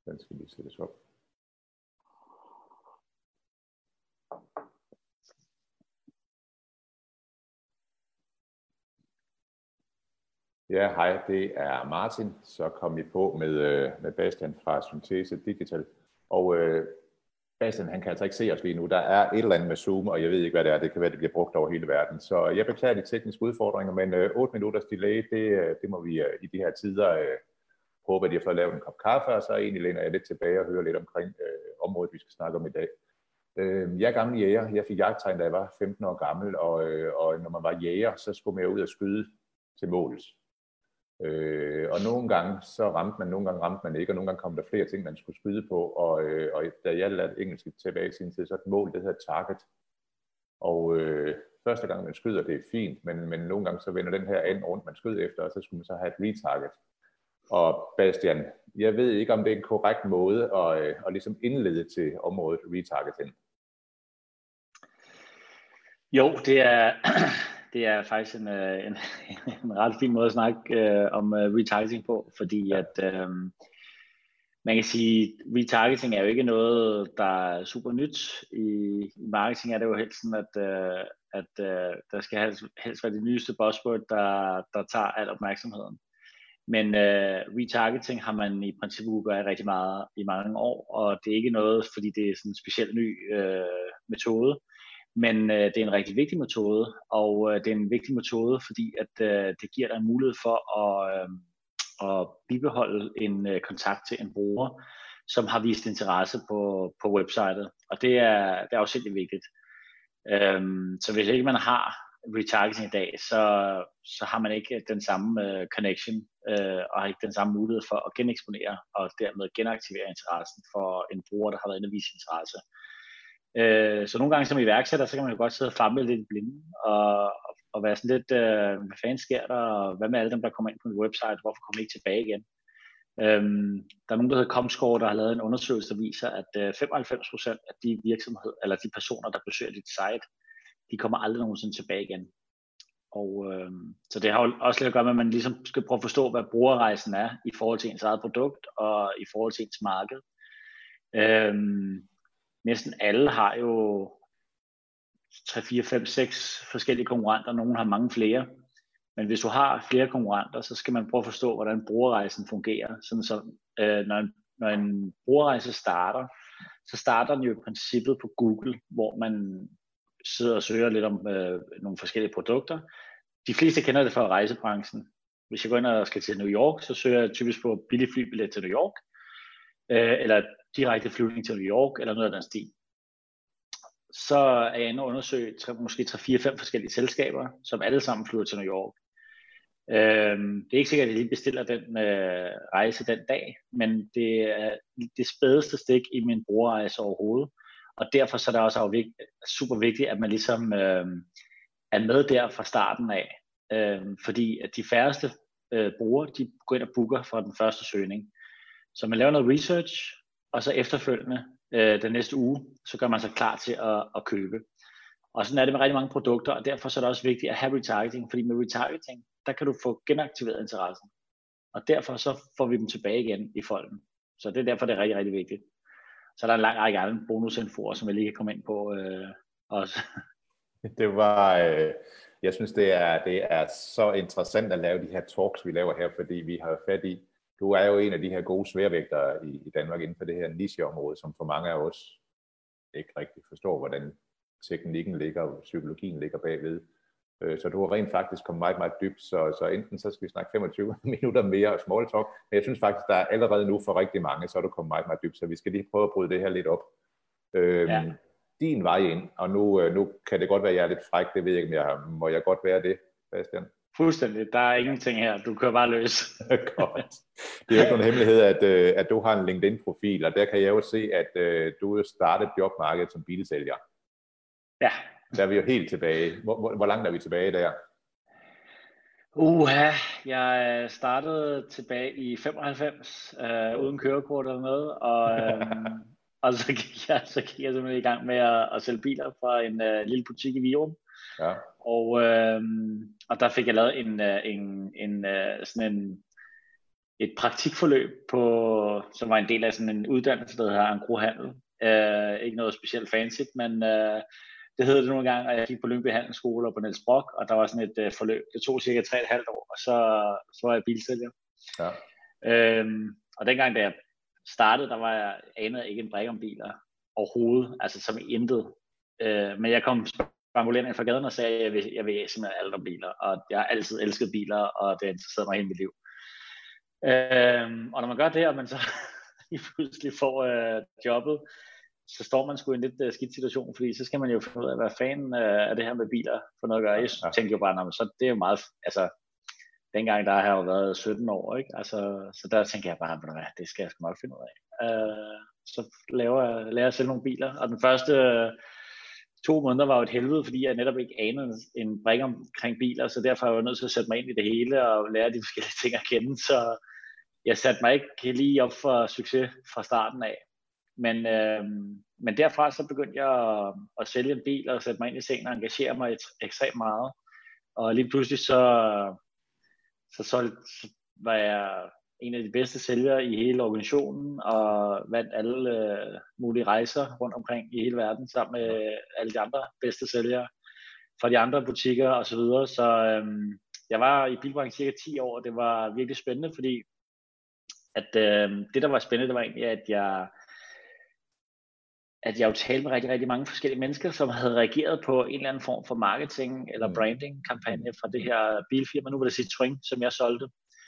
Den skal lige sættes op. Ja, hej, det er Martin. Så kom I på med Bastian fra Synthese Digital. Og Bastian, han kan altså ikke se os lige nu. Der er et eller andet med Zoom, og jeg ved ikke, hvad det er. Det kan være, det bliver brugt over hele verden. Så jeg beklager de tekniske udfordringer, men 8 minutters delay, det må vi i de her tider håbe, at de har fået lavet en kop kaffe, og så egentlig læner jeg lidt tilbage og hører lidt omkring området, vi skal snakke om i dag. Jeg er gammel jæger. Jeg fik jagttegn, da jeg var 15 år gammel, og når man var jæger, så skulle man ud og skyde til måls. Og nogle gange så ramte man, nogle gange ramte man ikke, og nogle gange kom der flere ting, man skulle skyde på, og da jeg lærte engelsk tilbage i sin tid, så et mål, det hedder target. Og første gang man skyder, det er fint, men nogle gange så vender den her anden rundt, man skyder efter, og så skulle man så have et retarget. Og Bastian, jeg ved ikke, om det er en korrekt måde at ligesom indlede til området retargeting. Jo, det er faktisk en ret fin måde at snakke om retargeting på, fordi at man kan sige, retargeting er jo ikke noget, der er super nyt. I marketing er det jo helst sådan, at der skal helst være det nyeste buzzword, der tager al opmærksomheden. Men retargeting har man i princippet gjort rigtig meget i mange år, og det er ikke noget, fordi det er sådan en speciel ny metode. Men det er en rigtig vigtig metode, og det er en vigtig metode, fordi at det giver dig en mulighed for at bibeholde en kontakt til en bruger, som har vist interesse på websitet. Og det er også helt vigtigt. Så hvis ikke man har retargeting i dag, så har man ikke den samme connection, og har ikke den samme mulighed for at geneksponere og dermed genaktivere interessen for en bruger, der har været inde og vise interesse. Så nogle gange som iværksætter, så kan man jo godt sidde og famle lidt i blinde, og være sådan lidt, hvad fanden sker der, og hvad med alle dem, der kommer ind på en website, hvorfor kommer de ikke tilbage igen? Der er nogen, der hedder Comscore, der har lavet en undersøgelse, der viser, at 95% af de virksomheder, eller de personer, der besøger dit site, de kommer aldrig nogensinde tilbage igen. Og så det har jo også lidt at gøre med, at man ligesom skal prøve at forstå, hvad brugerrejsen er i forhold til ens eget produkt, og i forhold til ens marked. Næsten alle har jo 3, 4, 5, 6 forskellige konkurrenter. Nogle har mange flere. Men hvis du har flere konkurrenter, så skal man prøve at forstå, hvordan brugerrejsen fungerer. Sådan så, når en brugerrejse starter, så starter den jo i princippet på Google, hvor man sidder og søger lidt om nogle forskellige produkter. De fleste kender det fra rejsebranchen. Hvis jeg går ind og skal til New York, så søger jeg typisk på billig flybillet til New York. Eller direkte flyvning til New York, eller noget af den stil. Så er jeg inde og undersøge måske 3-4-5 forskellige selskaber, som alle sammen flyver til New York. Det er ikke sikkert, at jeg lige bestiller den rejse den dag, men det er det spædeste stik i min brugerrejse overhovedet. Og derfor så er det også super vigtigt, at man ligesom er med der fra starten af. Fordi at de færreste brugere, de går ind og booker fra den første søgning. Så man laver noget research, og så efterfølgende den næste uge, så gør man sig klar til at købe. Og sådan er det med rigtig mange produkter, og derfor så er det også vigtigt at have retargeting, fordi med retargeting, der kan du få genaktiveret interessen. Og derfor så får vi dem tilbage igen i folden. Så det er derfor, det er rigtig, rigtig vigtigt. Så er der en lang række andre bonusinfoer, som jeg lige kan komme ind på også. Det var, jeg synes, det er så interessant at lave de her talks, vi laver her, fordi vi har fat i, du er jo en af de her gode sværvægtere i Danmark inden for det her nicheområde, som for mange af os ikke rigtig forstår, hvordan teknikken ligger og psykologien ligger bagved. Så du har rent faktisk kommet meget, meget dybt, så enten så skal vi snakke 25 minutter mere small talk, men jeg synes faktisk, der er allerede nu for rigtig mange, så er du kommet meget, meget dybt, så vi skal lige prøve at bryde det her lidt op. Ja. Din vej ind, og nu kan det godt være, at jeg er lidt fræk, det ved jeg ikke, må jeg godt være det, Bastian? Fuldstændig, der er ingenting her, du kører bare løs. Godt. Det er jo ikke nogen hemmelighed, at du har en LinkedIn-profil, og der kan jeg jo se, at du startede jobmarkedet som bilsælger. Ja. Der er vi jo helt tilbage. Hvor langt er vi tilbage der? Jeg startede tilbage i 95, uden kørekort eller noget, og så gik jeg simpelthen i gang med at sælge biler fra en lille butik i Virum. Ja. Og der fik jeg lavet et praktikforløb, som var en del af sådan en uddannelse, der hedder agrohandel. Ikke noget specielt fancy, men det hedder det nogle gange, og jeg gik på Lyngby Handelsskole og på Niels Brock, og der var sådan et forløb. Det tog cirka 3,5 år, og så var jeg bilsælger. Ja. Og dengang, da jeg startede, der var jeg anede ikke en brik om biler overhovedet, altså som intet. Men jeg kom ambulerende ind fra gaden og sagde, at jeg vil simpelthen alt om biler, og jeg har altid elsket biler, og det interesserede mig hele mit liv. Og når man gør det, og man så pludselig får jobbet, så står man sgu i en lidt skidt situation, fordi så skal man jo finde ud af, hvad fanden er det her med biler for noget at gøre. Jeg tænkte jo bare, så det er jo meget, altså dengang der har jeg jo været 17 år, ikke? Altså, så der tænker jeg bare, det skal jeg sgu nok finde ud af. Så lærer jeg selv nogle biler, og den første 2 måneder var jo et helvede, fordi jeg netop ikke anede en brik omkring biler, så derfor var jeg nødt til at sætte mig ind i det hele og lære de forskellige ting at kende, så jeg satte mig ikke lige op for succes fra starten af. Men derfra så begyndte jeg at sælge en bil og sætte mig ind i scenen og engagere mig ekstremt meget. Og lige pludselig så var jeg en af de bedste sælgere i hele organisationen og vandt alle mulige rejser rundt omkring i hele verden sammen med alle de andre bedste sælgere fra de andre butikker og så videre. Så jeg var i bilbranchen cirka 10 år, og det var virkelig spændende, fordi at det der var spændende, det var egentlig, at jeg jo talte med rigtig, rigtig mange forskellige mennesker, som havde reageret på en eller anden form for marketing eller branding kampagne fra det her bilfirma. Nu var det Citroën, som jeg solgte.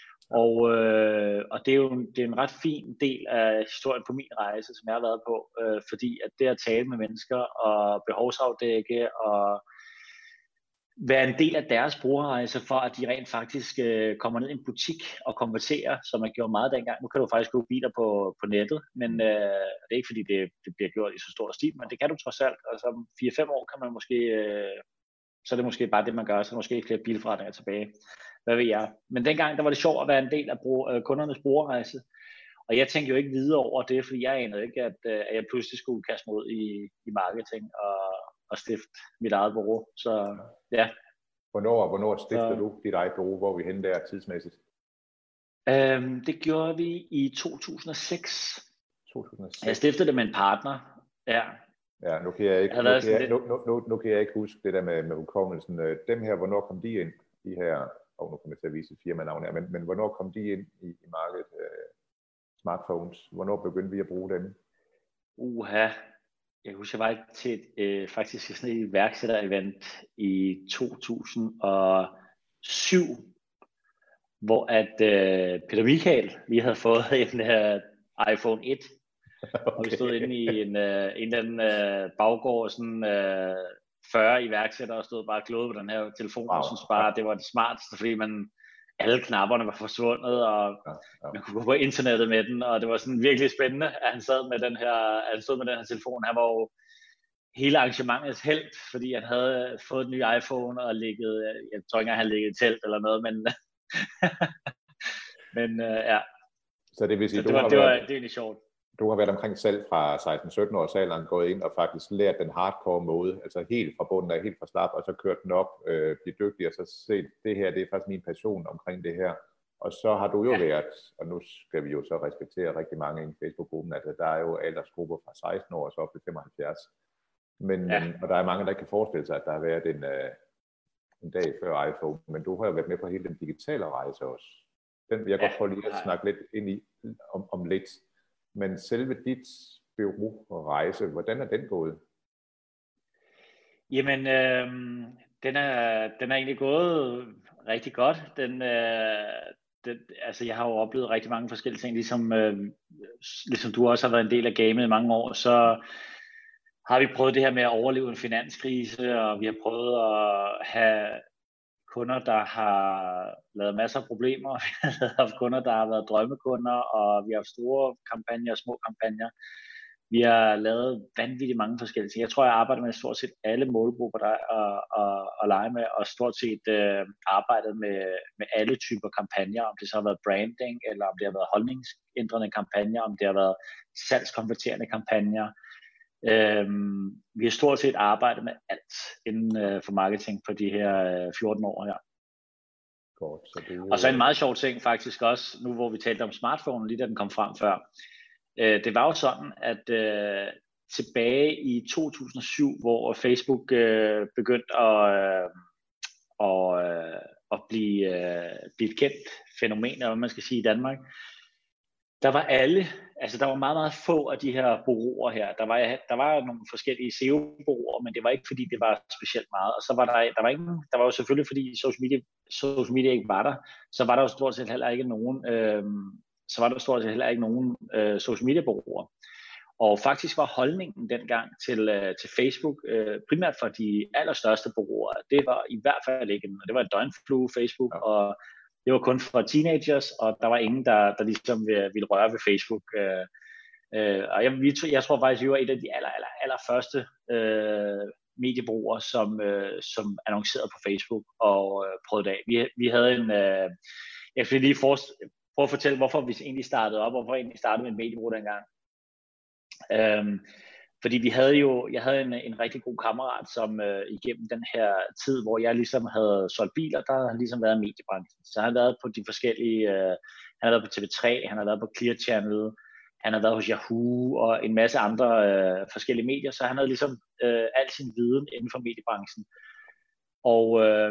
Og det er jo en ret fin del af historien på min rejse, som jeg har været på, fordi at det at tale med mennesker og behovsafdække og være en del af deres brugerrejse, for at de rent faktisk kommer ned i en butik og konverterer, som man gjorde meget dengang. Nu kan du faktisk købe biler på nettet, men det er ikke fordi det bliver gjort i så stor stil, men det kan du trods alt. Altså om 4-5 år kan man måske, så er det måske bare det man gør, så måske ikke flere bilforretninger tilbage. Hvad ved jeg? Men dengang der var det sjovt at være en del af kundernes brugerrejse, og jeg tænkte jo ikke videre over det, fordi jeg anede ikke, at jeg pludselig skulle kaste mig ud i marketing og stifte mit eget bureau. Så ja. Hvornår stiftede du dit eget bureau? Hvor er vi henne der tidsmæssigt? Det gjorde vi i 2006. 2006. Jeg stiftede det med en partner. Ja. Ja, nu kan jeg ikke huske det der med hukommelsen. Dem her, hvornår kom de ind? De her, nu kommer jeg til at vise firmanavn her, men hvornår kom de ind i markedet? Smartphones. Hvornår begyndte vi at bruge dem? Jeg husker, jeg var til faktisk sådan et iværksætter-event i 2007, hvor at Peter Michael lige havde fået en iPhone 1, okay. Og vi stod inde i en eller anden baggård, sådan 40 iværksættere, og stod bare og glodede på den her telefon, og synes bare, at det var det smarteste, fordi alle knapperne var forsvundet, og man kunne gå på internettet med den, og det var sådan virkelig spændende, at han stod med den her telefon. Han var jo hele arrangementets helt, fordi han havde fået en ny iPhone og ligget, jeg tror ikke engang, han liggede i telt eller noget, men ja. Så det vil sige, det er egentlig sjovt. Du har været omkring selv fra 16-17 års alderen, gået ind og faktisk lært den hardcore måde, altså helt fra bunden af, helt fra start, og så kørt den op, blive dygtig, og så se, det her, det er faktisk min passion omkring det her. Og så har du jo været, og nu skal vi jo så respektere rigtig mange i Facebook-gruppen, altså der er jo aldersgrupper fra 16 år og så op til 75. Og der er mange, der ikke kan forestille sig, at der har været en dag før iPhone, men du har jo været med på hele den digitale rejse også. Den vil jeg godt få lige at snakke lidt ind i om lidt. Men selve dit bureau og rejse, hvordan er den gået? Jamen, den er egentlig gået rigtig godt. Altså jeg har jo oplevet rigtig mange forskellige ting, ligesom du også har været en del af gamet i mange år, så har vi prøvet det her med at overleve en finanskrise, og vi har prøvet at have kunder, der har lavet masser af problemer. Vi har haft kunder, der har været drømmekunder, og vi har haft store kampagner og små kampagner. Vi har lavet vanvittigt mange forskellige ting. Jeg tror, jeg arbejder med stort set alle målgrupper, der og lege med, og stort set arbejdet med alle typer kampagner, om det så har været branding, eller om det har været holdningsændrende kampagner, om det har været salgskonverterende kampagner. Vi har stort set arbejdet med alt inden for marketing på de her 14 år her. Godt, så det, Og så en meget sjov ting faktisk også, nu hvor vi talte om smartphone, lige da den kom frem før. Det var jo sådan, at tilbage i 2007, hvor Facebook begyndte at blive et kendt fænomen, eller hvad man skal sige, i Danmark, der var meget, meget få af de her bureauer her. Der var nogle forskellige SEO-bureauer, men det var ikke fordi, det var specielt meget. Og så var der var jo selvfølgelig, fordi social media ikke var der, så var der jo stort set heller ikke nogen social media-bureauer. Og faktisk var holdningen dengang til Facebook, primært for de allerstørste bureauer, det var i hvert fald ikke, det var et døgnflue Facebook, og det var kun for teenagers, og der var ingen, der ligesom ville røre ved Facebook. Og jeg tror faktisk, vi var et af de aller første mediebureauer, som annoncerede på Facebook og prøvede af. Vi havde jeg skal lige prøve at fortælle, hvorfor vi egentlig startede op, og hvorfor vi egentlig startede med et mediebureau dengang. Fordi jeg havde en rigtig god kammerat, som igennem den her tid, hvor jeg ligesom havde solgt biler, der har ligesom været i mediebranchen. Så han har været på de forskellige, han har været på TV3, han har været på Clear Channel, han har været hos Yahoo og en masse andre forskellige medier, så han havde ligesom al sin viden inden for mediebranchen. Og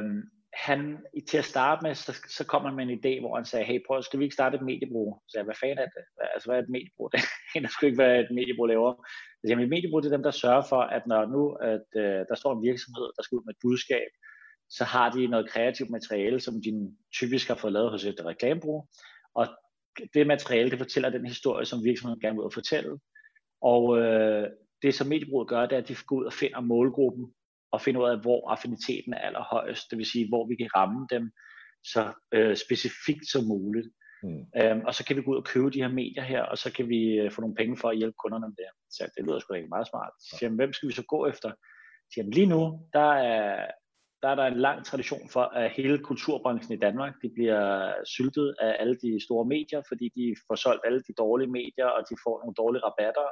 til at starte med, så kom han med en idé, hvor han sagde, hey, skal vi ikke starte et mediebureau? Så jeg, hvad fanden er det? Altså, hvad er et mediebureau? Det er sgu ikke, hvad et mediebureau laver. Så et mediebureau, det er dem, der sørger for, at når nu der står en virksomhed, der skal ud med et budskab, så har de noget kreativt materiale, som de typisk har fået lavet hos et reklamebureau. Og det materiale, det fortæller den historie, som virksomheden gerne vil ud og fortælle. Og det, som mediebureauet gør, det er, at de går ud og finder målgruppen, og finde ud af, hvor affiniteten er allerhøjest, det vil sige, hvor vi kan ramme dem så specifikt som muligt. Og så kan vi gå ud og købe de her medier her, og så kan vi få nogle penge for at hjælpe kunderne med det. Så det lyder sgu da ikke meget smart. Så siger, hvem skal vi så gå efter? Så siger, lige nu, der er en lang tradition for, at hele kulturbranchen i Danmark, de bliver syltet af alle de store medier, fordi de får solgt alle de dårlige medier, og de får nogle dårlige rabatter,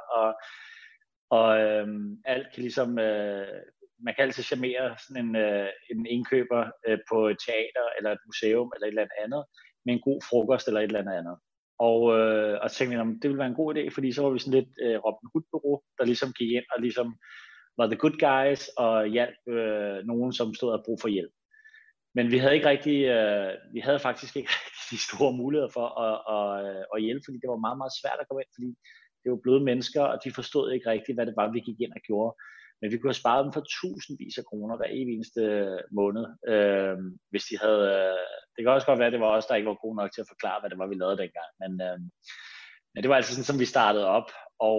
og alt kan ligesom... man kan altid charmere sådan en indkøber på et teater eller et museum eller et eller andet med en god frokost eller et eller andet. Og så tænkte vi, det ville være en god idé, fordi så var vi sådan lidt Robin Hood-bureau, der ligesom gik ind og ligesom var the good guys og hjalp nogen, som stod og brug for hjælp. Men vi havde faktisk ikke rigtig de store muligheder for at hjælpe, fordi det var meget, meget svært at komme ind, fordi det var bløde mennesker, og de forstod ikke rigtigt, hvad det var, vi gik ind og gjorde. Men vi kunne have sparet dem for tusindvis af kroner hver eneste måned, hvis de havde... det kan også godt være, at det var os, der ikke var gode nok til at forklare, hvad det var, vi lavede dengang. Men det var altså sådan, som vi startede op. Og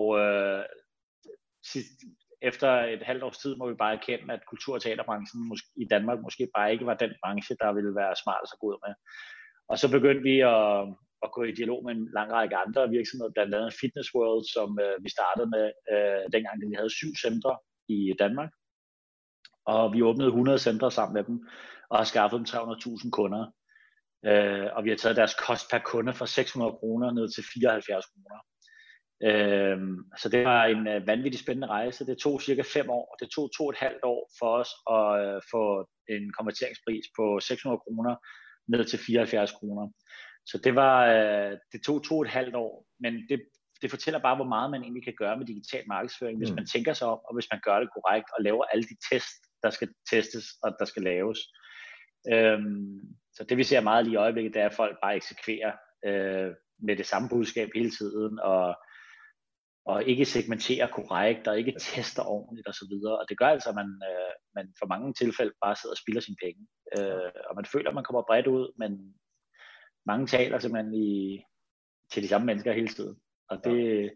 efter et halvt års tid må vi bare erkende, at kultur- og teaterbranchen i Danmark måske bare ikke var den branche, der ville være smart at gå ud med. Og så begyndte vi at gå i dialog med en lang række andre virksomheder, blandt andet Fitness World, som vi startede med dengang, da vi havde 7 centre i Danmark, og vi åbnede 100 centre sammen med dem, og har skaffet dem 300.000 kunder, og vi har taget deres kost per kunde fra 600 kroner ned til 74 kroner. Så det var en vanvittig spændende rejse. Det tog cirka 5 år, det tog 2,5 år for os at få en konverteringspris på 600 kroner ned til 74 kroner. Så det tog 2,5 år, men det fortæller bare, hvor meget man egentlig kan gøre med digital markedsføring, hvis man tænker sig om, og hvis man gør det korrekt, og laver alle de tests, der skal testes, og der skal laves. Så det vi ser meget lige i øjeblikket, det er, at folk bare eksekverer med det samme budskab hele tiden, og ikke segmenterer korrekt, og ikke tester ordentligt osv. Og det gør altså, at man for mange tilfælde bare sidder og spilder sine penge. Og man føler, at man kommer bredt ud, men mange taler simpelthen til de samme mennesker hele tiden. Og det,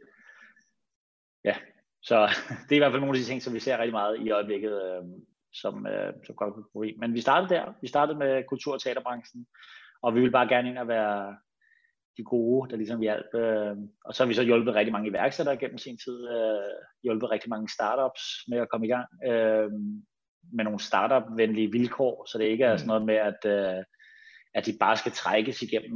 så det er i hvert fald nogle af de ting, som vi ser rigtig meget i øjeblikket, som kommer på problem. Men vi startede der. Vi startede med kultur- og teaterbranchen, og vi ville bare gerne ind og være de gode, der ligesom hjalp. Og så har vi så hjulpet rigtig mange iværksættere gennem sin tid, hjulpet rigtig mange startups med at komme i gang med nogle startup-venlige vilkår, så det ikke er sådan noget med, at de bare skal trækkes igennem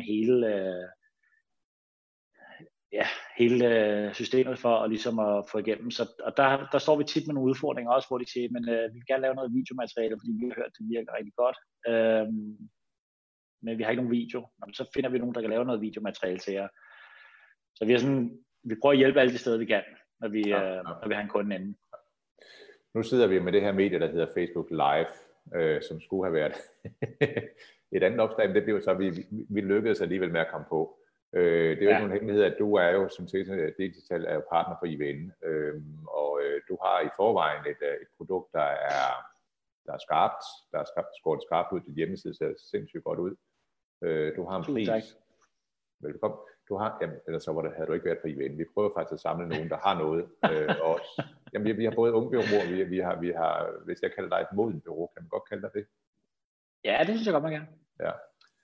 hele systemet for at ligesom at få igennem. Og der står vi tit med nogle udfordringer også, hvor de siger, men vi vil gerne lave noget videomateriale, fordi vi har hørt, det virker rigtig godt. men vi har ikke nogen video. Jamen, så finder vi nogen, der kan lave noget videomateriale til jer. Så vi prøver at hjælpe alle de steder, vi kan, når vi har en kunde inde. Nu sidder vi med det her medie, der hedder Facebook Live, som skulle have været et andet opslag, men det blev så, at vi lykkedes alligevel med at komme på. Det er jo ikke nogen hemmelighed, at du er jo, som Syntese Digital, er jo partner for IVN, og du har i forvejen et produkt, der er skarpt, der er skåret skarpt ud, dit hjemmeside ser sindssygt godt ud. Du har en pris. Tak. Velkommen. Du har, jamen, ellers så havde du ikke været på IVN. Vi prøver faktisk at samle nogen, der har noget. Også. Jamen, vi har både unge bureauer, vi har, hvis jeg kalder dig et modent bureau, kan man godt kalde dig det? Ja, det synes jeg godt, man kan. Ja.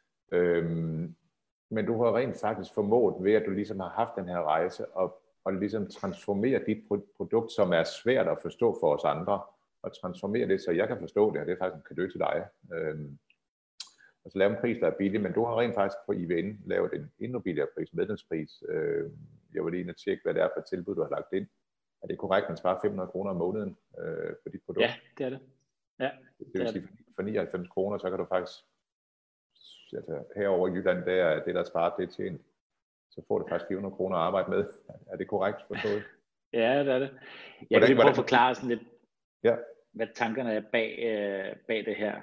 Men du har rent faktisk formået ved, at du ligesom har haft den her rejse, og ligesom transformere dit produkt, som er svært at forstå for os andre, og transformere det, så jeg kan forstå det, og det er faktisk en cadeau til dig. Og så lave en pris, der er billig, men du har rent faktisk på IVN lavet en endnu billigere pris, medlemspris. Jeg var lige inde og tjekke, hvad det er for et tilbud, du har lagt ind. Er det korrekt, man sparer 500 kroner om måneden på dit produkt? Ja, det er det. Ja, det vil sige, for 99 kroner, så kan du faktisk, altså herovre i Jylland, det der er sparet, det er tjent. Så får du faktisk 400 kroner at arbejde med. Er det korrekt forstået? Ja, det er det. Jeg kan lige prøve at forklare sådan lidt, hvad tankerne er bag det her.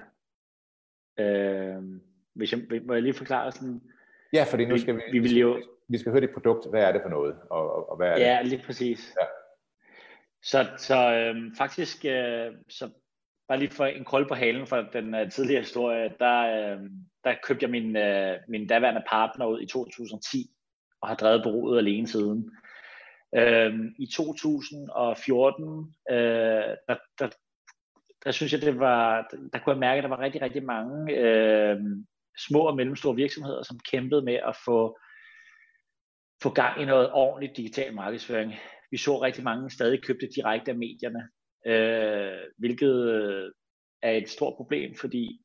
Må jeg lige forklare sådan? Ja, fordi nu skal vi skal høre dit produkt. Hvad er det for noget? Og hvad er det? Ja, lige præcis. Ja. Så faktisk, så bare lige for en krølle på halen for den tidligere historie, der købte jeg min daværende partner ud i 2010, og har drevet bureauet alene siden. I 2014, der synes jeg, der kunne jeg mærke, at der var rigtig, rigtig mange små og mellemstore virksomheder, som kæmpede med at få gang i noget ordentligt digital markedsføring. Vi så rigtig mange stadig købte direkte af medierne, hvilket er et stort problem, fordi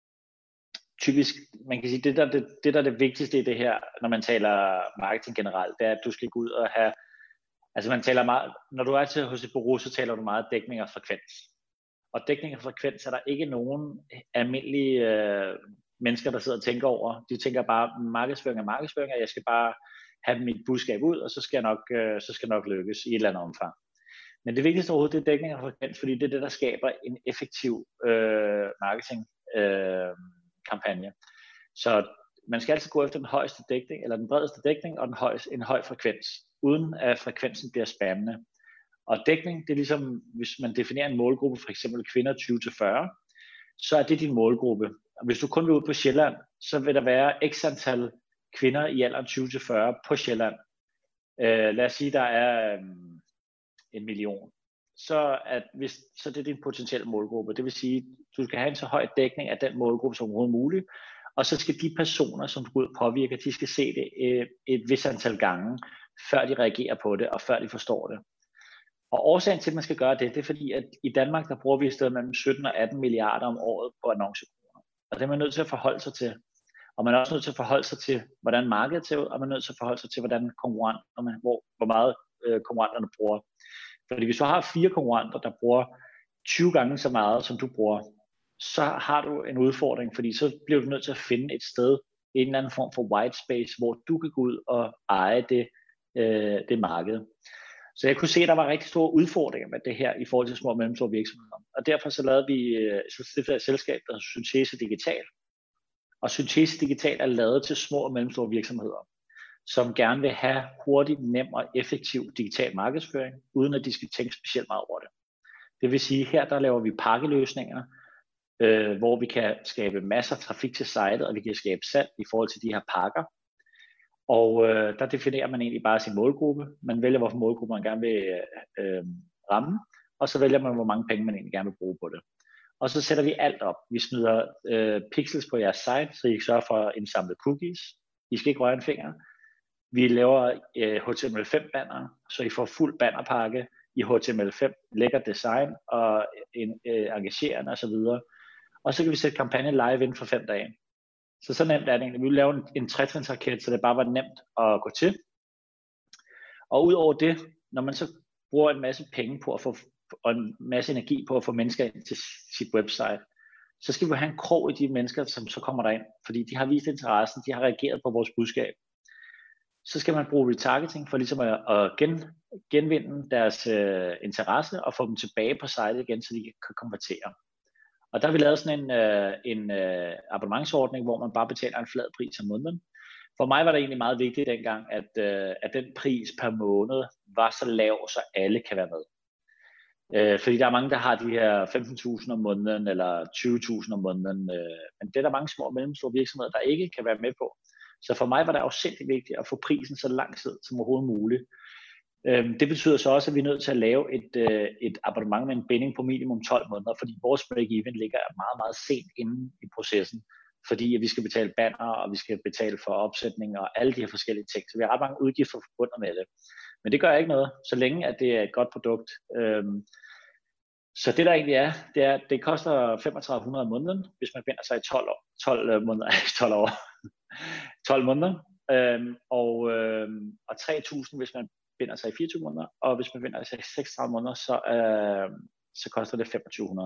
typisk, man kan sige, det der er det vigtigste i det her, når man taler marketing generelt, det er, at du skal gå ud og have, altså man taler meget, når du er hos et bureau, så taler du meget dækning og frekvens. Og dækning og frekvens er der ikke nogen almindelige mennesker, der sidder og tænker over. De tænker bare, markedsføring er markedsføring, og jeg skal bare have mit budskab ud, og så skal nok lykkes i et eller andet omfang. Men det vigtigste overhovedet, det er dækning og frekvens, fordi det er det, der skaber en effektiv marketing kampagne. Så man skal altid gå efter den højeste dækning, eller den bredeste dækning, og en høj frekvens, uden at frekvensen bliver spammende. Og dækning, det er ligesom, hvis man definerer en målgruppe, for eksempel kvinder 20-40, så er det din målgruppe. Og hvis du kun vil ud på Sjælland, så vil der være x antal kvinder i alderen 20-40 på Sjælland. Lad os sige, der er 1 million. Så det er din potentielle målgruppe. Det vil sige, du skal have en så høj dækning af den målgruppe som overhovedet muligt. Og så skal de personer, som du går ud og påvirker, de skal se det et vis antal gange, før de reagerer på det, og før de forstår det. Og årsagen til, at man skal gøre det, det er fordi, at i Danmark, der bruger vi i stedet mellem 17 og 18 milliarder om året på annoncekroner. Og det er man nødt til at forholde sig til. Og man er også nødt til at forholde sig til, hvordan markedet ser ud, og man er nødt til at forholde sig til, hvordan hvor meget konkurrenterne bruger. Fordi hvis du har 4 konkurrenter, der bruger 20 gange så meget, som du bruger, så har du en udfordring, fordi så bliver du nødt til at finde et sted, en eller anden form for white space, hvor du kan gå ud og eje det marked. Så jeg kunne se, at der var rigtig store udfordringer med det her i forhold til små og mellemstore virksomheder. Og derfor så lavede vi et selskab, der hedder Syntese Digital. Og Syntese Digital er lavet til små og mellemstore virksomheder, som gerne vil have hurtig, nem og effektiv digital markedsføring, uden at de skal tænke specielt meget over det. Det vil sige, her der laver vi pakkeløsninger, hvor vi kan skabe masser af trafik til sitet, og vi kan skabe salg i forhold til de her pakker. Og der definerer man egentlig bare sin målgruppe. Man vælger, hvorfor målgruppe man gerne vil ramme, og så vælger man, hvor mange penge man egentlig gerne vil bruge på det. Og så sætter vi alt op. Vi smider pixels på jeres site, så I kan sørge for at indsamle cookies. I skal ikke røre en finger. Vi laver HTML5-banner, så I får fuld bannerpakke i HTML5, lækker design og engagerende osv. Og så kan vi sætte kampagnen live inden for 5 dage. Så nemt er det egentlig. Vi vil lave en 3-trinsraket, så det bare var nemt at gå til. Og udover det, når man så bruger en masse penge på at få, og en masse energi på at få mennesker ind til sit website, så skal vi have en krog i de mennesker, som så kommer derind, fordi de har vist interessen, de har reageret på vores budskab. Så skal man bruge retargeting for ligesom at genvinde deres interesse og få dem tilbage på sitet igen, så de kan konvertere. Og der har vi lavet sådan en abonnementsordning, hvor man bare betaler en flad pris om måneden. For mig var det egentlig meget vigtigt dengang, at den pris per måned var så lav, så alle kan være med. Fordi der er mange, der har de her 15.000 om måneden, eller 20.000 om måneden. Men det er der mange små og mellemstore virksomheder, der ikke kan være med på. Så for mig var det afsindigt vigtigt at få prisen så lang tid som overhovedet muligt. Det betyder så også, at vi er nødt til at lave et abonnement med en binding på minimum 12 måneder, fordi vores break-even ligger meget, meget sent inde i processen, fordi vi skal betale banner, og vi skal betale for opsætning og alle de her forskellige ting. Så vi har ret mange udgifter forbundet med det. Men det gør ikke noget, så længe at det er et godt produkt. Så det der egentlig er, det er, det koster 3.500 om måneden, hvis man binder sig i 12 måneder, og 3.000, hvis man binder sig i 24 måneder, og hvis man binder sig i 36 måneder, så koster det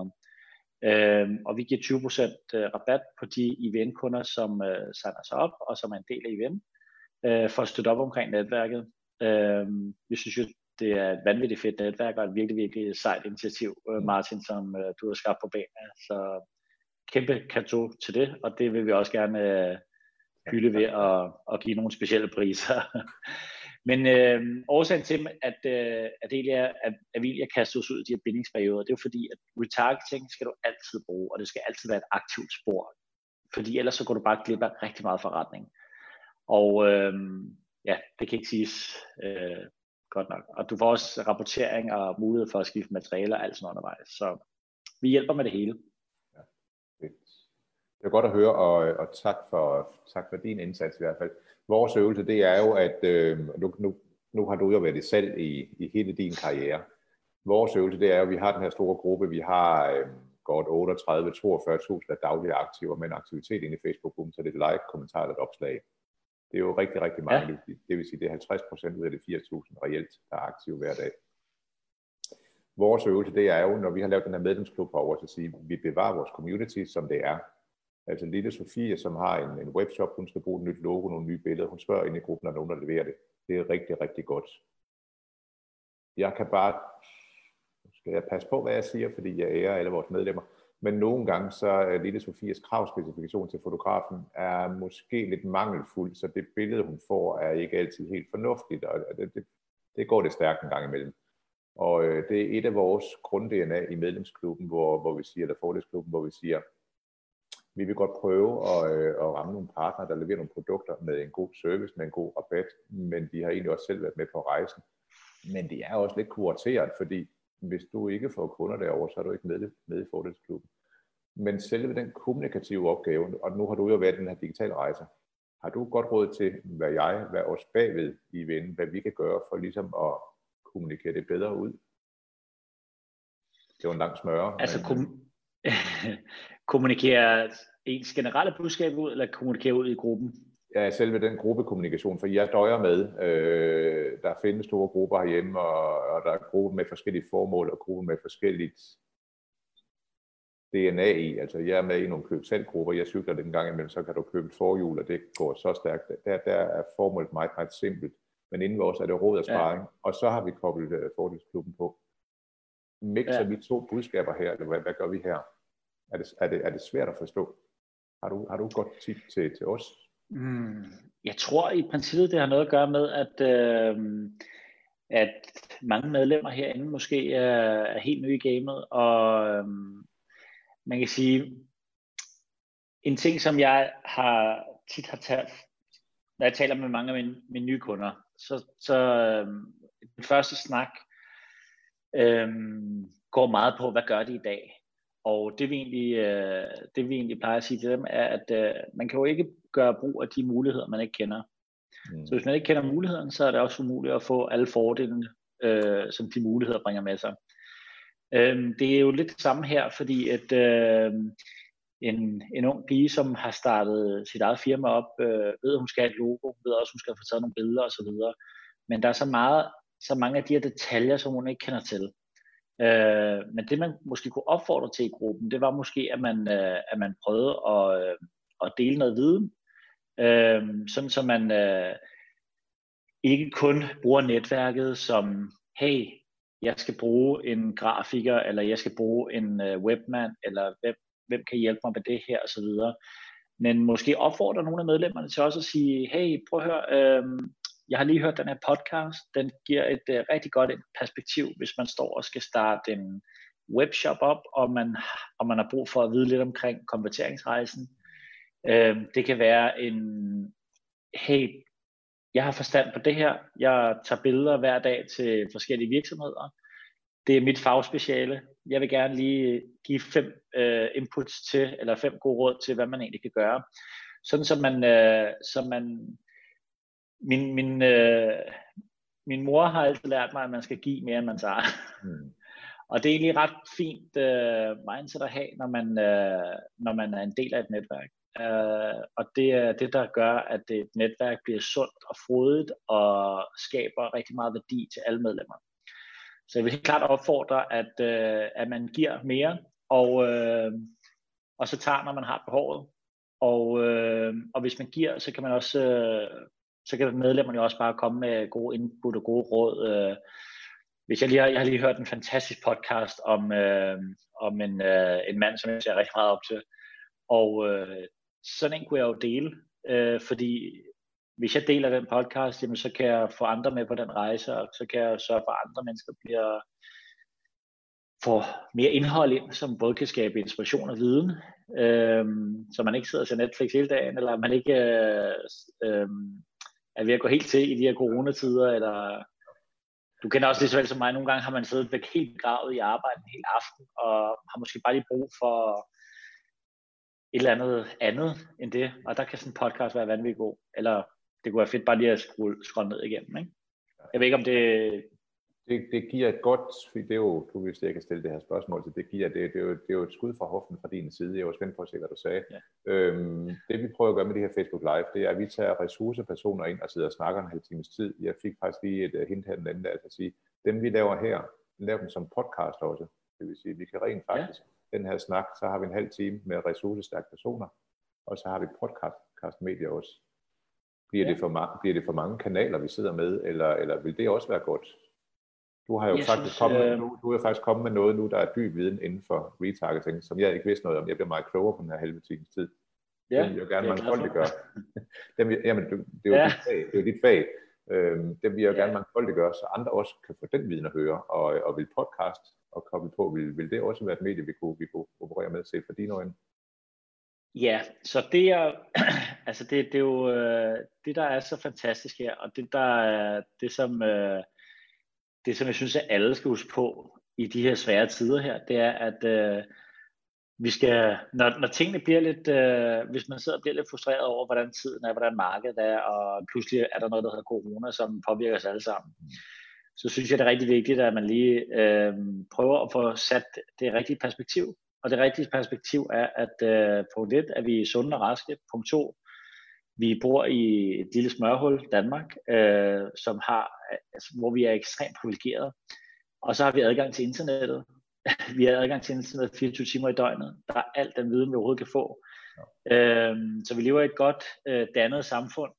2.500. Og vi giver 20% rabat på de IVN-kunder, som signer sig op, og som er en del af IVN, for at støtte op omkring netværket. Vi synes jo, det er et vanvittigt fedt netværk, og et virkelig, virkelig sejt initiativ, Martin, som du har skabt på banen. Så kæmpe cadeau til det, og det vil vi også gerne hylde ved at give nogle specielle priser. Men årsagen til, at Avilia kaster os ud i de her bindingsperioder, det er jo fordi, at retargeting skal du altid bruge, og det skal altid være et aktivt spor. Fordi ellers så går du bare glip af rigtig meget forretning. Og det kan ikke siges godt nok. Og du får også rapportering og mulighed for at skifte materialer og alt sådan undervejs. Så vi hjælper med det hele. Ja, det er godt at høre, og tak for din indsats i hvert fald. Vores øvelse, det er jo, at nu har du jo været i salg i hele din karriere. Vores øvelse, det er jo, at vi har den her store gruppe. Vi har godt 38-42.000 af daglige aktiver med en aktivitet inde i Facebook-gruppen, så det er like, kommentarer og et opslag. Det er jo rigtig, rigtig mange. Ja. Det vil sige, det er 50% ud af de 80.000 reelt, der er aktive hver dag. Vores øvelse, det er jo, når vi har lavet den her medlemsklub herovre, så sige, vi bevarer vores community, som det er. Altså lille Sofie, som har en webshop, hun skal bruge et nyt logo, nogle nye billeder. Hun spørger ind i gruppen, når nogen der leverer det. Det er rigtig, rigtig godt. Jeg kan bare, skal jeg passe på, hvad jeg siger, fordi jeg ærer alle vores medlemmer. Men nogle gange så er lille Sofies kravspecifikation til fotografen er måske lidt mangelfuld, så det billede, hun får, er ikke altid helt fornuftigt, og det går det stærkt en gang imellem. Og det er et af vores grund-DNA i medlemsklubben, hvor vi siger, eller fordelsklubben, hvor vi siger, vi vil godt prøve at ramme nogle partnere, der leverer nogle produkter med en god service, med en god rabat, men de har egentlig også selv været med på rejsen. Men det er også lidt kurateret, fordi hvis du ikke får kunder derovre, så er du ikke med i fordelsklubben. Men selve den kommunikative opgave, og nu har du jo været i den her digitale rejse, har du godt råd til, hvad os bagved i IVN, hvad vi kan gøre for ligesom at kommunikere det bedre ud? Det var en lang smøre. Altså kommunikere ens generelle budskab ud, eller kommunikere ud i gruppen? Ja, selve den gruppekommunikation, for jeg døjer med, der findes store grupper herhjemme, og der er grupper med forskellige formål, og grupper med forskelligt DNA i. Altså jeg er med i nogle køb-selv-grupper, jeg cykler den gang imellem, så kan du købe et forhjul, og det går så stærkt. Der er formålet meget, meget simpelt, men inden vores er det råd og sparring, og så har vi koblet fordelsklubben på. Mixer vi to budskaber her, eller hvad gør vi her? Er det svært at forstå? Har du godt tip til os? Jeg tror i princippet, det har noget at gøre med, at mange medlemmer herinde måske er helt nye i gamet, og man kan sige, en ting, som jeg tit har taget, når jeg taler med mange af mine nye kunder, så den første snak går meget på, hvad gør de i dag? Og det vi egentlig plejer at sige til dem, er, at man kan jo ikke gøre brug af de muligheder, man ikke kender. Så hvis man ikke kender mulighederne, så er det også umuligt at få alle fordelene, som de muligheder bringer med sig. Det er jo lidt det samme her, fordi at en ung pige, som har startet sit eget firma op, ved, at hun skal have et logo, ved også, at hun skal få taget nogle billeder osv. Men der er så mange af de her detaljer, som hun ikke kender til. Men det man måske kunne opfordre til i gruppen, det var måske, at man prøvede at dele noget viden, sådan så man ikke kun bruger netværket som, hey, jeg skal bruge en grafiker, eller jeg skal bruge en webmand, eller hvem kan hjælpe mig med det her, og så videre. Men måske opfordre nogle af medlemmerne til også at sige, hey, prøv at høre, jeg har lige hørt den her podcast, den giver et rigtig godt perspektiv, hvis man står og skal starte en webshop op, og man har brug for at vide lidt omkring konverteringsrejsen. Det kan være en, hey, jeg har forstand på det her, jeg tager billeder hver dag til forskellige virksomheder, det er mit fagspeciale, jeg vil gerne lige give 5 inputs til, eller 5 gode råd til, hvad man egentlig kan gøre. Sådan så man min mor har altid lært mig, at man skal give mere, end man tager. Og det er egentlig ret fint mindset at have, når man er en del af et netværk. Og det er det, der gør, at et netværk bliver sundt og frodigt og skaber rigtig meget værdi til alle medlemmer. Så jeg vil helt klart opfordre, at man giver mere, og så tager, når man har behovet. Og hvis man giver, så kan man også, så kan medlemmerne også bare komme med gode input og gode råd. Hvis jeg har lige hørt en fantastisk podcast om en mand, som jeg ser rigtig meget op til. Og sådan en kunne jeg jo dele, fordi hvis jeg deler den podcast, jamen, så kan jeg få andre med på den rejse, og så kan jeg sørge for, at andre mennesker får mere indhold ind, som både kan skabe inspiration og viden, så man ikke sidder og ser Netflix hele dagen, eller man ikke er ved at gå helt til i de her coronatider, eller du kender også lige så vel som mig, nogle gange har man siddet væk helt begravet i arbejde en hel aften, og har måske bare lige brug for et eller andet end det, og der kan sådan en podcast være vanvittigt god, eller det kunne være fedt bare lige at scrolle ned igennem, ikke? Jeg ved ikke om det giver et godt, det er jo, du hvis jeg kan stille det her spørgsmål, så det er jo et skud fra hoften fra din side. Jeg var spændt på at se, hvad du sagde. Ja. Det vi prøver at gøre med det her Facebook Live, det er, at vi tager ressourcepersoner ind og sidder og snakker en halv times tid. Jeg fik faktisk lige et hint her den anden, altså at sige, dem vi laver her, vi laver dem som podcast også. Det vil sige, vi kan rent faktisk den her snak, så har vi en halv time med ressourcestærke personer, og så har vi podcast-medier også. Bliver det for mange kanaler, vi sidder med, eller vil det også være godt? Du har jo faktisk kommet med noget nu, der er dyb viden inden for retargeting, som jeg ikke vidste noget om. Jeg bliver meget klogere på den her halve times tid. Ja, den vil jeg gerne mangfoldiggøre. Det er jo dit fag. Den vil jeg gerne mangfoldiggøre, så andre også kan få den viden at høre, og vil podcast og koble på, vil det også være et medie, vi kunne operere med til for dine øjne? Ja, så det er altså det er jo det, der er så fantastisk her, og det der er det som jeg synes, at alle skal huske på i de her svære tider her, det er, at vi skal, når tingene bliver lidt, hvis man sidder og bliver lidt frustreret over, hvordan tiden er, hvordan markedet er, og pludselig er der noget, der hedder corona, som påvirker os alle sammen, så synes jeg, det er rigtig vigtigt, at man lige prøver at få sat det rigtige perspektiv. Og det rigtige perspektiv er, at punkt 1, at vi er sunde og raske. Punkt 2, vi bor i et lille smørhul, Danmark, som hvor vi er ekstremt privilegeret. Og så har vi adgang til internettet. Vi har adgang til internettet 24 timer i døgnet. Der er alt den viden, vi overhovedet kan få. Så vi lever i et godt dannet samfund.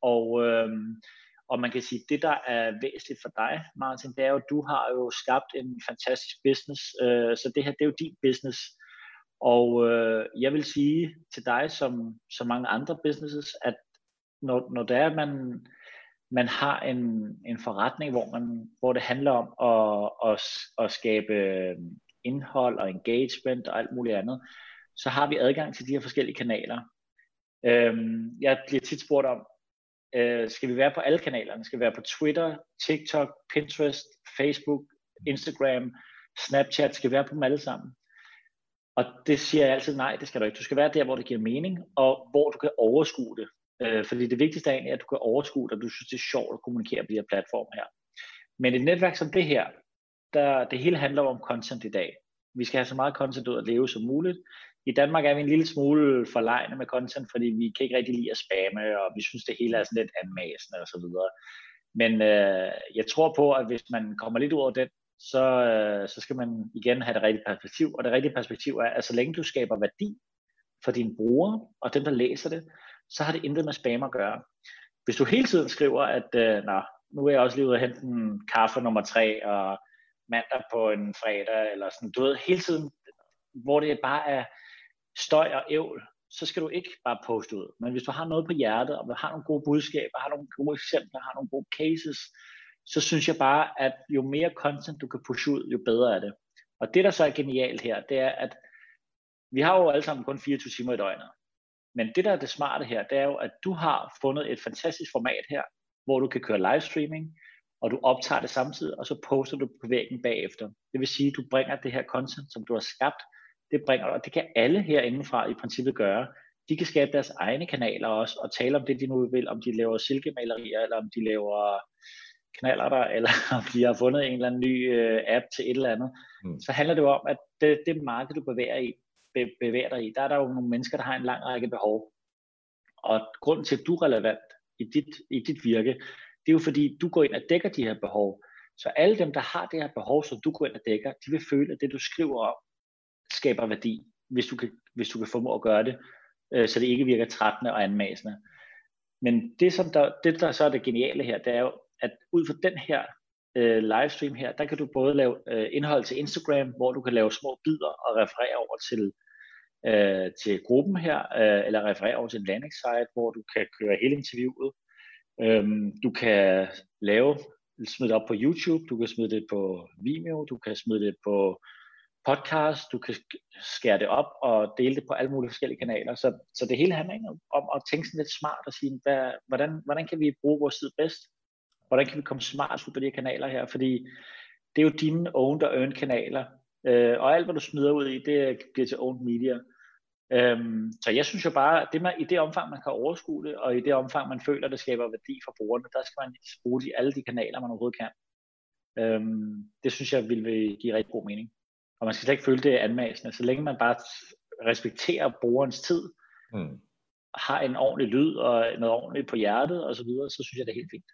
Og man kan sige, at det, der er væsentligt for dig, Martin, det er jo, at du har jo skabt en fantastisk business. Så det her, det er jo din business. Og jeg vil sige til dig, som så mange andre businesses, at når det er, man har en forretning, hvor det handler om at skabe indhold og engagement og alt muligt andet, så har vi adgang til de her forskellige kanaler. Jeg bliver tit spurgt om, skal vi være på alle kanalerne? Skal vi være på Twitter, TikTok, Pinterest, Facebook, Instagram, Snapchat? Skal vi være på dem alle sammen? Og det siger jeg altid, nej, det skal du ikke. Du skal være der, hvor det giver mening, og hvor du kan overskue det. Fordi det vigtigste er egentlig, at du kan overskue det, og du synes, det er sjovt at kommunikere på de her platforme her. Men et netværk som det her, det hele handler om content i dag. Vi skal have så meget content ud at leve som muligt. I Danmark er vi en lille smule forlegne med content, fordi vi kan ikke rigtig lide at spamme, og vi synes, det hele er sådan lidt anmasende og så videre. Men jeg tror på, at hvis man kommer lidt ud over den så skal man igen have det rigtige perspektiv. Og det rigtige perspektiv er, at så længe du skaber værdi for dine brugere og dem, der læser det, så har det intet med spam at gøre. Hvis du hele tiden skriver, at nu er jeg også lige ude at hente en kaffe nummer 3 og mandag på en fredag, eller sådan, du ved, hele tiden, hvor det bare er støj og ævl, så skal du ikke bare poste ud. Men hvis du har noget på hjertet, og har nogle gode budskaber, har nogle gode eksempler, har nogle gode cases, så synes jeg bare, at jo mere content du kan pushe ud, jo bedre er det. Og det, der så er genialt her, det er, at vi har jo alle sammen kun 24 timer i døgnet. Men det, der er det smarte her, det er jo, at du har fundet et fantastisk format her, hvor du kan køre livestreaming, og du optager det samtidig, og så poster du på væggen bagefter. Det vil sige, at du bringer det her content, som du har skabt, det bringer du, og det kan alle herindefra i princippet gøre. De kan skabe deres egne kanaler også, og tale om det, de nu vil, om de laver silkemalerier, eller om de laver knallerter, eller om de har fundet en eller anden ny app til et eller andet. Så handler det jo om, at det marked, du bevæger dig i, der er der jo nogle mennesker, der har en lang række behov. Og grunden til, at du er relevant i dit virke, det er jo fordi, du går ind og dækker de her behov. Så alle dem, der har det her behov, som du går ind og dækker, de vil føle, at det, du skriver om, skaber værdi, hvis du kan formå at gøre det, så det ikke virker trættende og anmasende. Men det, der så er det geniale her, det er jo, at ud fra den her livestream her, der kan du både lave indhold til Instagram, hvor du kan lave små bidder og referere over til gruppen her, eller referere over til en landing site, hvor du kan køre hele interviewet. Du kan smide det op på YouTube, du kan smide det på Vimeo, du kan smide det på podcast, du kan skære det op og dele det på alle mulige forskellige kanaler. Så det hele handler om at tænke sådan lidt smart og sige, hvordan kan vi bruge vores tid bedst? Hvordan kan vi komme smart ud på de her kanaler her? Fordi det er jo dine owned og earned kanaler, og alt hvad du smider ud i, det bliver til owned media. Så jeg synes jo bare, i det omfang man kan overskue det, og i det omfang man føler, det skaber værdi for brugerne, der skal man bruge alle de kanaler, man overhovedet kan. Det synes jeg vil give rigtig god mening. Og man skal slet ikke føle, det er anmasende. Så længe man bare respekterer brugerens tid, har en ordentlig lyd og noget ordentligt på hjertet og så videre, så synes jeg, det er helt fint.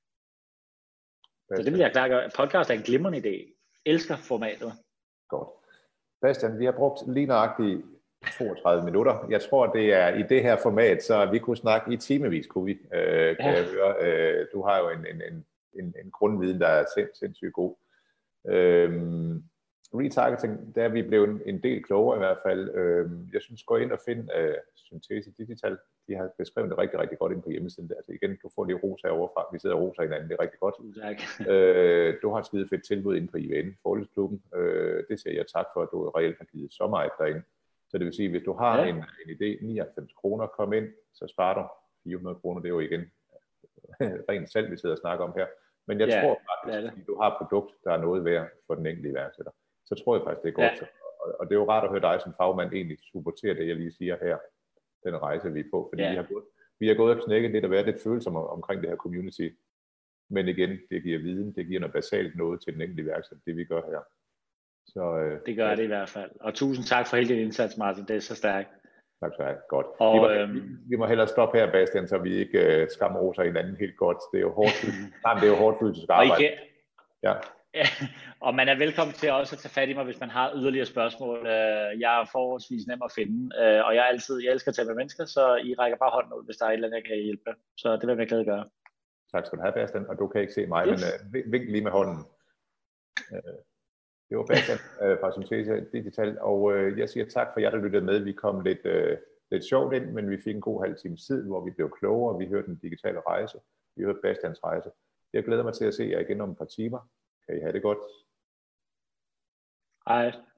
Så det vil jeg klart gøre. Podcast er en glimrende idé. Elsker formatet. Godt. Bastian, vi har brugt lige nøjagtigt 32 minutter. Jeg tror, det er i det her format, så vi kunne snakke i timevis, kunne vi. Kan jeg høre. Du har jo en grundviden, der er sindssygt god. Retargeting, der er vi blevet en del klogere i hvert fald. Jeg synes, gå ind og find Syntese Digital. De har beskrevet det rigtig, rigtig godt inde på hjemmesiden. Altså igen, du får lige rosa overfra. Vi sidder og roser hinanden, det er rigtig godt. Du har et skide fedt tilbud inde på IVN, Forlægsklubben. Det siger jeg tak for, at du reelt har givet så meget derinde. Så det vil sige, hvis du har en idé, 99 kroner, kom ind, så sparer du 400 kroner. Det er jo igen rent salg, vi sidder og snakker om her. Men jeg tror faktisk, at du har et produkt, der er noget værd for den enkelte iværksætter. Så tror jeg faktisk, det er godt. Og det er jo rart at høre dig som fagmand egentlig supportere det, jeg lige siger her. Den rejse, vi er på. Fordi vi har gået og knækket lidt og været lidt følsomme omkring det her community. Men igen, det giver viden, det giver noget basalt noget til den enkelte iværksætter, det vi gør her. Så, det gør det i hvert fald. Og tusind tak for hele din indsats, Martin. Det er så stærkt. Tak skal du have. Godt. Og, vi må hellere stoppe her, Bastian, så vi ikke skamroser hinanden helt godt. Det er jo hårdt fysisk arbejde. Ja, og man er velkommen til også at tage fat i mig, hvis man har yderligere spørgsmål. Jeg er forholdsvis nem at finde, og jeg elsker at tale med mennesker, så I rækker bare hånden ud, hvis der er et eller andet, jeg kan hjælpe. Så det vil jeg glæde gøre. Tak skal du have, Bastian, og du kan ikke se mig, men vink lige med hånden. Det var Bastian fra Syntese Digital, og jeg siger tak for jer, der lyttede med. Vi kom lidt sjovt ind, men vi fik en god halv times tid, hvor vi blev klogere. Vi hørte den digitale rejse. Vi hørte Bastians rejse. Jeg glæder mig til at se jer igen om et par timer. Kan I have det godt? Hej.